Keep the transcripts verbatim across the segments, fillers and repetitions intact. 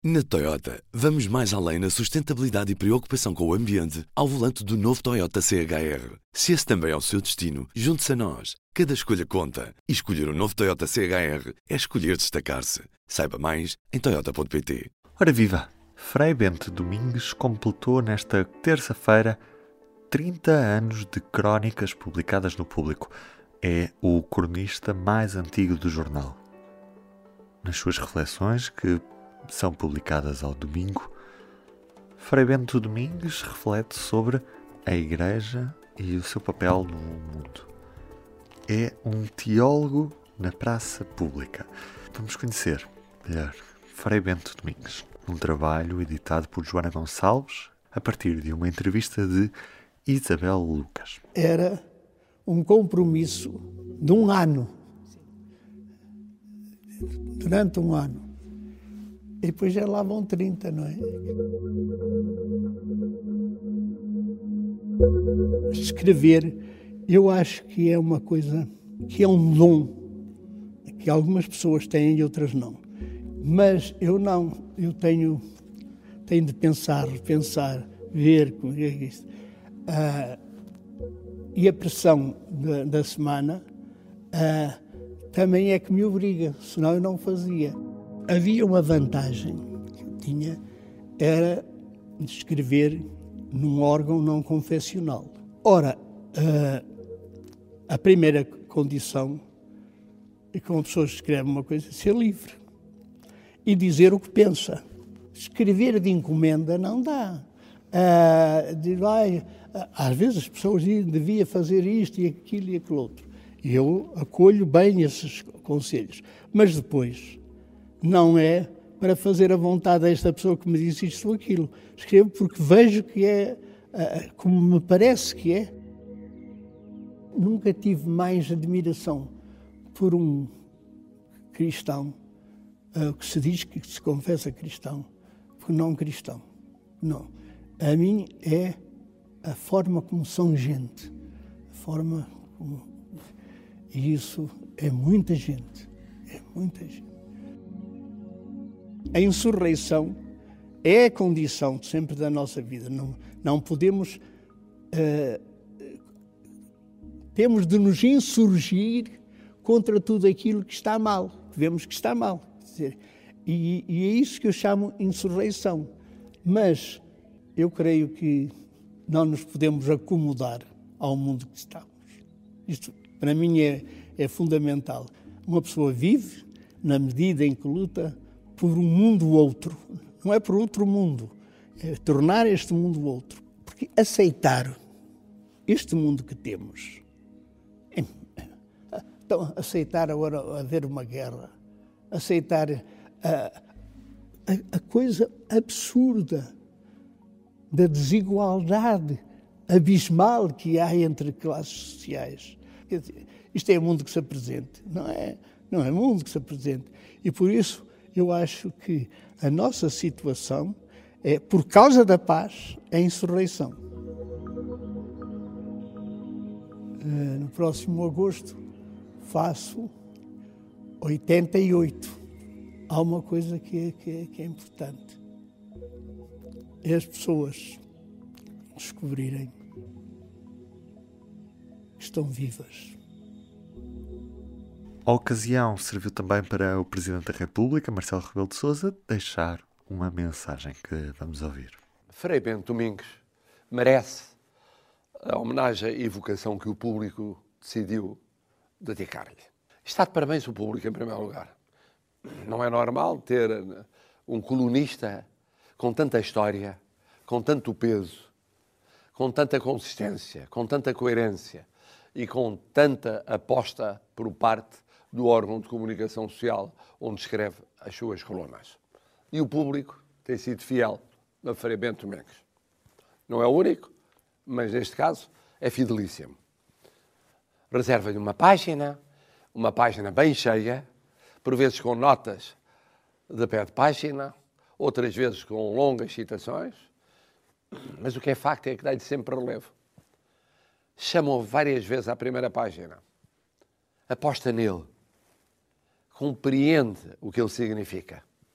Na Toyota, vamos mais além na sustentabilidade e preocupação com o ambiente ao volante do novo Toyota C H R. Se esse também é o seu destino, junte-se a nós. Cada escolha conta. E escolher o novo Toyota C H R é escolher destacar-se. Saiba mais em toyota ponto pt. Ora viva! Frei Bento Domingues completou nesta terça-feira trinta anos de crónicas publicadas no Público. É o cronista mais antigo do jornal. Nas suas reflexões, que são publicadas ao domingo, Frei Bento Domingues reflete sobre a Igreja e o seu papel no mundo. É um teólogo na praça pública. Vamos conhecer melhor Frei Bento Domingues, um trabalho editado por Joana Gonçalves a partir de uma entrevista de Isabel Lucas. Era um compromisso de um ano, durante um ano. E depois já lá vão trinta, não é? Escrever, eu acho que é uma coisa, que é um dom, que algumas pessoas têm e outras não. Mas eu não, eu tenho, tenho de pensar, repensar, ver como é que é isto. Ah, e a pressão da, da semana ah, também é que me obriga, senão eu não fazia. Havia uma vantagem que eu tinha, era de escrever num órgão não confessional. Ora, a, a primeira condição é que uma pessoa escreve uma coisa, ser livre e dizer o que pensa. Escrever de encomenda não dá. Ah, de lá, às vezes as pessoas dizem devia fazer isto e aquilo e aquilo outro. E eu acolho bem esses conselhos. Mas depois não é para fazer a vontade desta pessoa que me disse isto ou aquilo. Escrevo porque vejo que é, como me parece que é. Nunca tive mais admiração por um cristão, que se diz que se confessa cristão, por não cristão. Não. A mim é a forma como são gente. A forma como... E isso é muita gente. É muita gente. A insurreição é a condição sempre da nossa vida. Não, não podemos... Uh, temos de nos insurgir contra tudo aquilo que está mal. Que vemos que está mal. Quer dizer, e, e é isso que eu chamo insurreição. Mas eu creio que não nos podemos acomodar ao mundo que estamos. Isto, para mim, é, é fundamental. Uma pessoa vive na medida em que luta por um mundo outro. Não é por outro mundo. É tornar este mundo outro. Porque aceitar este mundo que temos... Então, aceitar agora haver uma guerra. Aceitar a, a, a coisa absurda da desigualdade abismal que há entre classes sociais. Quer dizer, isto é o mundo que se apresenta. Não é, não é o mundo que se apresenta. E por isso... Eu acho que a nossa situação é, por causa da paz, é a insurreição. No próximo agosto faço oitenta e oito. Há uma coisa que é, que é, que é importante. É as pessoas descobrirem que estão vivas. A ocasião serviu também para o Presidente da República, Marcelo Rebelo de Sousa, deixar uma mensagem que vamos ouvir. Frei Bento Domingues merece a homenagem e evocação que o público decidiu dedicar-lhe. Está de parabéns o público, em primeiro lugar. Não é normal ter um colunista com tanta história, com tanto peso, com tanta consistência, com tanta coerência e com tanta aposta por parte do órgão de comunicação social onde escreve as suas colunas. E o público tem sido fiel a Frei Bento Domingues. Não é o único, mas neste caso é fidelíssimo. Reserva-lhe uma página, uma página bem cheia, por vezes com notas de pé de página, outras vezes com longas citações, mas o que é facto é que dá-lhe sempre relevo. Chamou várias vezes à primeira página. Aposta nele. Compreende o que ele significa.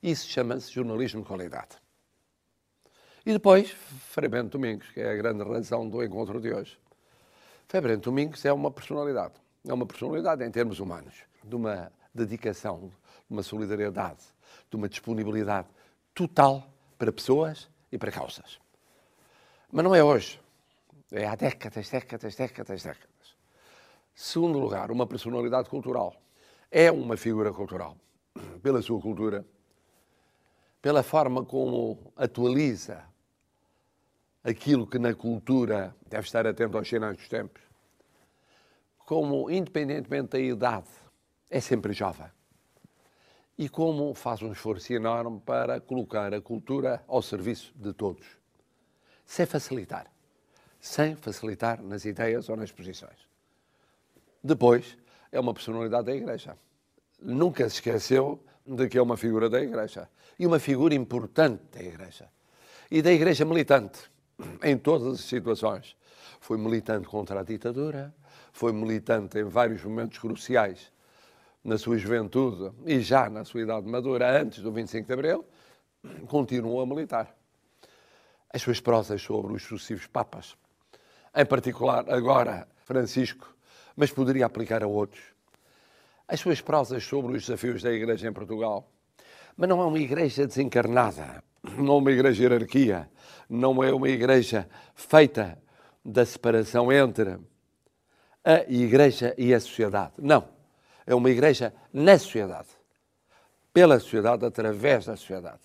Isso chama-se jornalismo de qualidade. E depois, Frei Bento Domingos, que é a grande razão do encontro de hoje. Frei Bento Domingos é uma personalidade. É uma personalidade em termos humanos, de uma dedicação, de uma solidariedade, de uma disponibilidade total para pessoas e para causas. Mas não é hoje. É há décadas, décadas, décadas, décadas. Segundo lugar, uma personalidade cultural. É uma figura cultural. Pela sua cultura, pela forma como atualiza aquilo que na cultura deve estar atento aos sinais dos tempos, como, independentemente da idade, é sempre jovem. E como faz um esforço enorme para colocar a cultura ao serviço de todos. Sem facilitar. Sem facilitar nas ideias ou nas posições. Depois, é uma personalidade da Igreja. Nunca se esqueceu de que é uma figura da Igreja. E uma figura importante da Igreja. E da Igreja militante, em todas as situações. Foi militante contra a ditadura, foi militante em vários momentos cruciais na sua juventude e já na sua idade madura, antes do vinte e cinco de Abril, continuou a militar. As suas prosas sobre os sucessivos papas, em particular agora Francisco, mas poderia aplicar a outros. As suas prosas sobre os desafios da Igreja em Portugal. Mas não é uma Igreja desencarnada, não é uma Igreja hierarquia, não é uma Igreja feita da separação entre a Igreja e a sociedade. Não. É uma Igreja na sociedade. Pela sociedade, através da sociedade.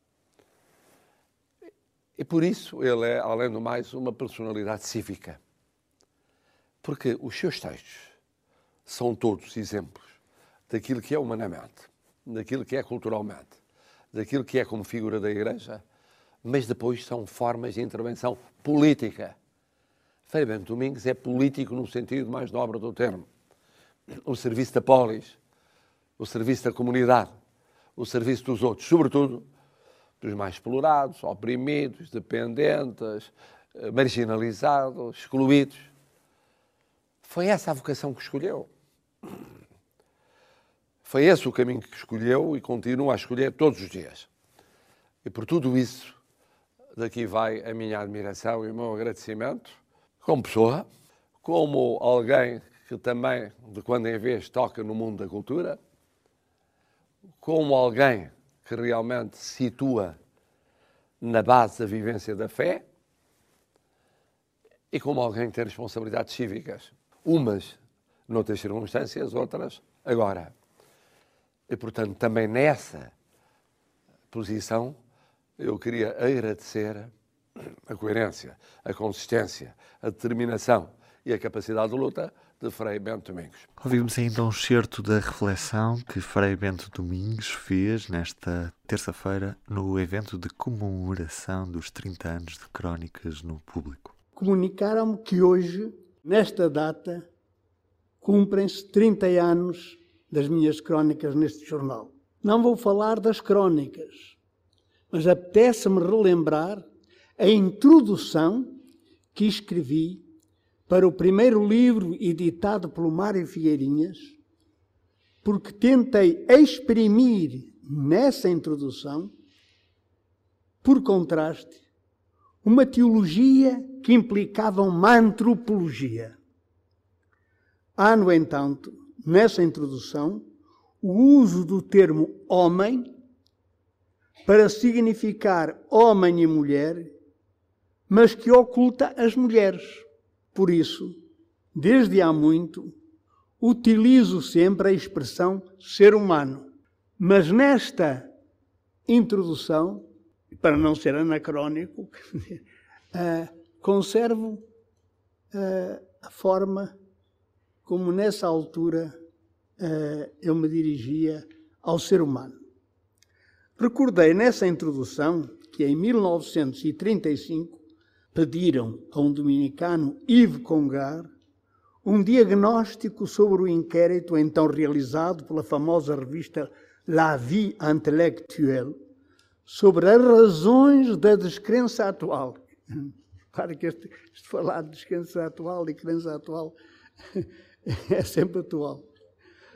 E por isso ele é, além do mais, uma personalidade cívica. Porque os seus textos são todos exemplos daquilo que é humanamente, daquilo que é culturalmente, daquilo que é como figura da Igreja, mas depois são formas de intervenção política. Frei Bento Domingos é político no sentido mais nobre do termo. O serviço da polis, o serviço da comunidade, o serviço dos outros, sobretudo dos mais explorados, oprimidos, dependentes, marginalizados, excluídos. Foi essa a vocação que escolheu. Foi esse o caminho que escolheu e continua a escolher todos os dias. E por tudo isso, daqui vai a minha admiração e o meu agradecimento, como pessoa, como alguém que também, de quando em vez, toca no mundo da cultura, como alguém que realmente se situa na base da vivência da fé e como alguém que tem responsabilidades cívicas. Umas noutras circunstâncias, outras agora. E, portanto, também nessa posição, eu queria agradecer a coerência, a consistência, a determinação e a capacidade de luta de Frei Bento Domingos. Ouvimos ainda um excerto da reflexão que Frei Bento Domingos fez nesta terça-feira no evento de comemoração dos trinta anos de Crónicas no Público. Comunicaram-me que hoje, nesta data, cumprem-se trinta anos das minhas crónicas neste jornal. Não vou falar das crónicas, mas apetece-me relembrar a introdução que escrevi para o primeiro livro editado pelo Mário Figueirinhas, porque tentei exprimir nessa introdução, por contraste, uma teologia que implicava uma antropologia. Há, no entanto, nessa introdução, o uso do termo homem para significar homem e mulher, mas que oculta as mulheres. Por isso, desde há muito, utilizo sempre a expressão ser humano. Mas nesta introdução, para não ser anacrónico, uh, conservo uh, a forma como nessa altura uh, eu me dirigia ao ser humano. Recordei nessa introdução que em mil novecentos e trinta e cinco pediram a um dominicano, Yves Congar, um diagnóstico sobre o inquérito então realizado pela famosa revista La Vie Intellectuelle sobre as razões da descrença atual. Claro que este, este falar de descrença atual e crença atual é sempre atual.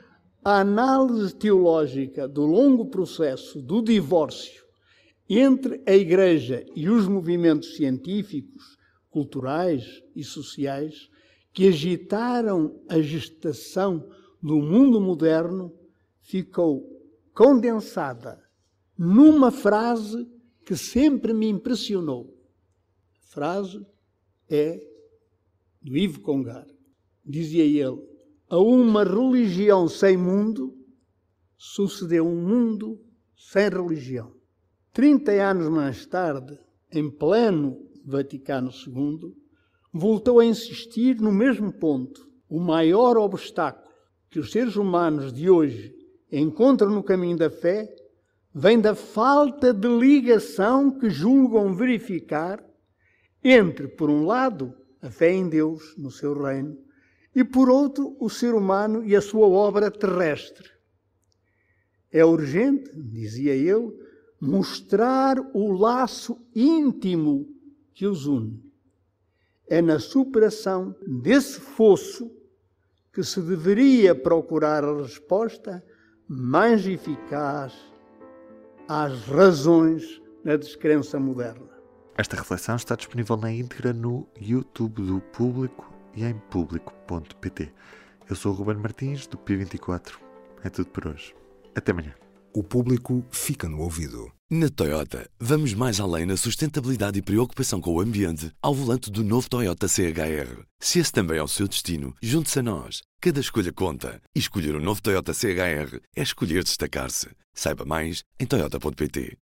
A análise teológica do longo processo do divórcio entre a Igreja e os movimentos científicos, culturais e sociais que agitaram a gestação do mundo moderno ficou condensada numa frase que sempre me impressionou. A frase é do Yves Congar. Dizia ele: a uma religião sem mundo sucedeu um mundo sem religião. Trinta anos mais tarde, em pleno Vaticano segundo, voltou a insistir no mesmo ponto. O maior obstáculo que os seres humanos de hoje encontram no caminho da fé vem da falta de ligação que julgam verificar entre, por um lado, a fé em Deus, no seu reino, e, por outro, o ser humano e a sua obra terrestre. É urgente, dizia ele, mostrar o laço íntimo que os une. É na superação desse fosso que se deveria procurar a resposta mais eficaz às razões da descrença moderna. Esta reflexão está disponível na íntegra no YouTube do Público e em público ponto pt. Eu sou o Ruben Martins, do P vinte e quatro. É tudo por hoje. Até amanhã. O Público fica no ouvido. Na Toyota, vamos mais além na sustentabilidade e preocupação com o ambiente ao volante do novo Toyota C H R. Se esse também é o seu destino, junte-se a nós. Cada escolha conta. E escolher o novo Toyota C H R é escolher destacar-se. Saiba mais em toyota ponto pt.